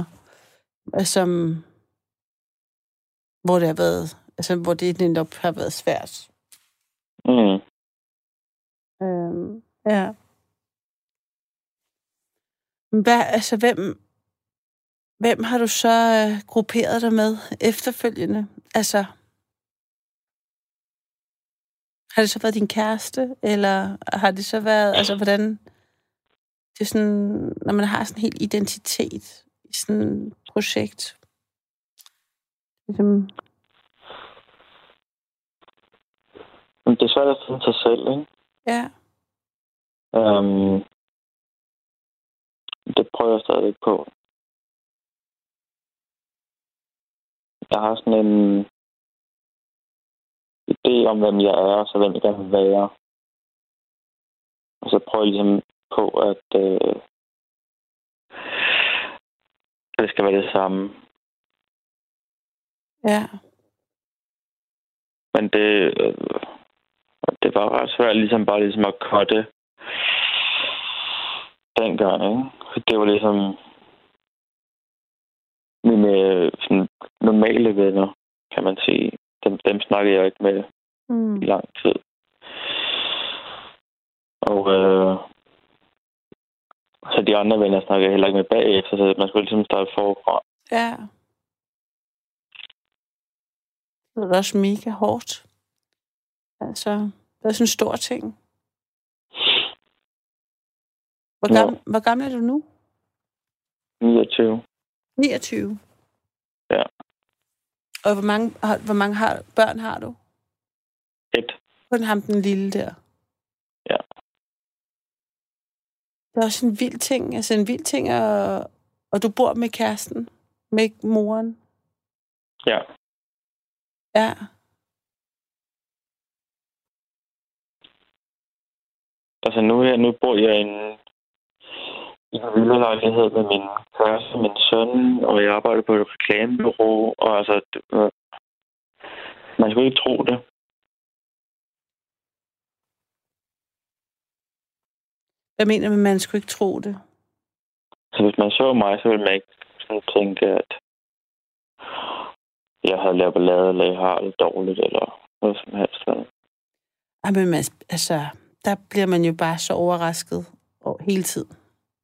hvor det har været, hvor det netop har været svært. Mm. Ja. Hvem har du så grupperet dig med efterfølgende? Har det så været din kæreste, eller har det så været, hvordan... Det er sådan, når man har sådan en hel identitet i sådan et projekt. Ligesom... Det er svært at finde sig selv, ikke? Ja. Det prøver jeg stadigvæk på. Jeg har sådan en idé om, hvem jeg er, og så hvem jeg gerne vil være. Og så prøver jeg ligesom på, at det skal være det samme. Ja. Men det var ret svært ligesom bare at cutte dengang, ikke? For det var ligesom mine sådan, normale venner, kan man sige. Dem snakkede jeg ikke med i lang tid. Og så de andre venner snakkede jeg heller ikke med bagefter, så man skulle ligesom starte forfra. Ja. Det er også mega hårdt. Det er sådan en stor ting. Hvor gammel er du nu? 29. 29? Ja. Og hvor mange børn har du? 1. Kun ham den lille der? Ja. Det er også en vild ting, og du bor med kæresten? Med moren? Ja. Ja. Altså nu bor jeg i en villalejlighed med min kæreste og min søn, og jeg arbejder på et reklamebureau, og man skulle ikke tro det. Hvad mener du med, man skulle ikke tro det? Så hvis man så mig, så ville man ikke sådan tænke, at jeg havde lavet ballade, eller jeg har det dårligt, eller noget som helst. Men der bliver man jo bare så overrasket hele tiden.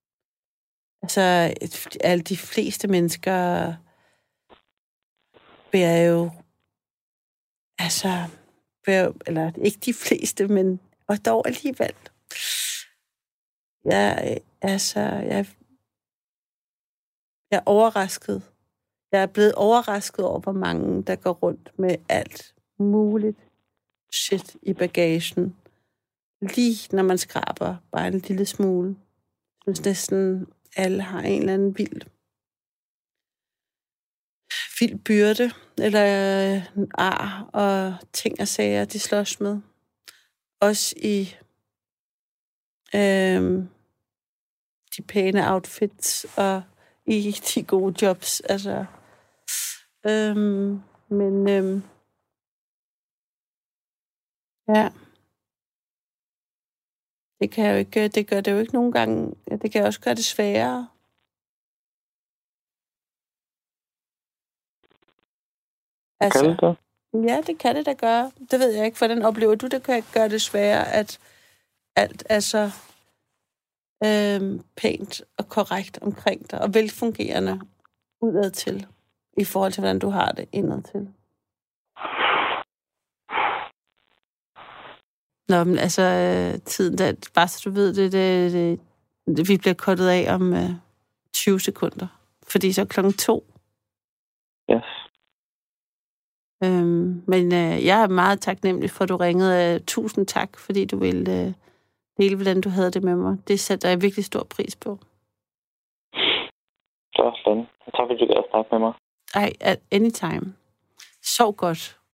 Alle de fleste mennesker bærer jo... eller ikke de fleste, men og dog alligevel. Jeg er overrasket. Jeg er blevet overrasket over, hvor mange, der går rundt med alt muligt shit i bagagen. Lige når man skraber bare en lille smule. Jeg synes næsten alle har en eller anden vild byrde, eller ar og ting og sager, de slås med. Også i de pæne outfits og i de gode jobs. Ja. Det gør det jo ikke nogle gange. Det kan også gøre det sværere. Kan det da? Ja, det kan det da gøre. Det ved jeg ikke. Hvordan oplever du, det kan gøre det sværere, at alt er så pænt og korrekt omkring dig, og velfungerende udadtil, i forhold til, hvordan du har det indadtil? Nå, men tiden, bare så du ved det, vi bliver kuttet af om 20 sekunder. Fordi så 2:00. Yes. Men jeg er meget taknemmelig for, at du ringede. Tusind tak, fordi du ville dele, hvordan du havde det med mig. Det sætter jeg virkelig stor pris på. Så sådan. Tak fordi du gad at snakke med mig. Ej, at anytime. Sov godt.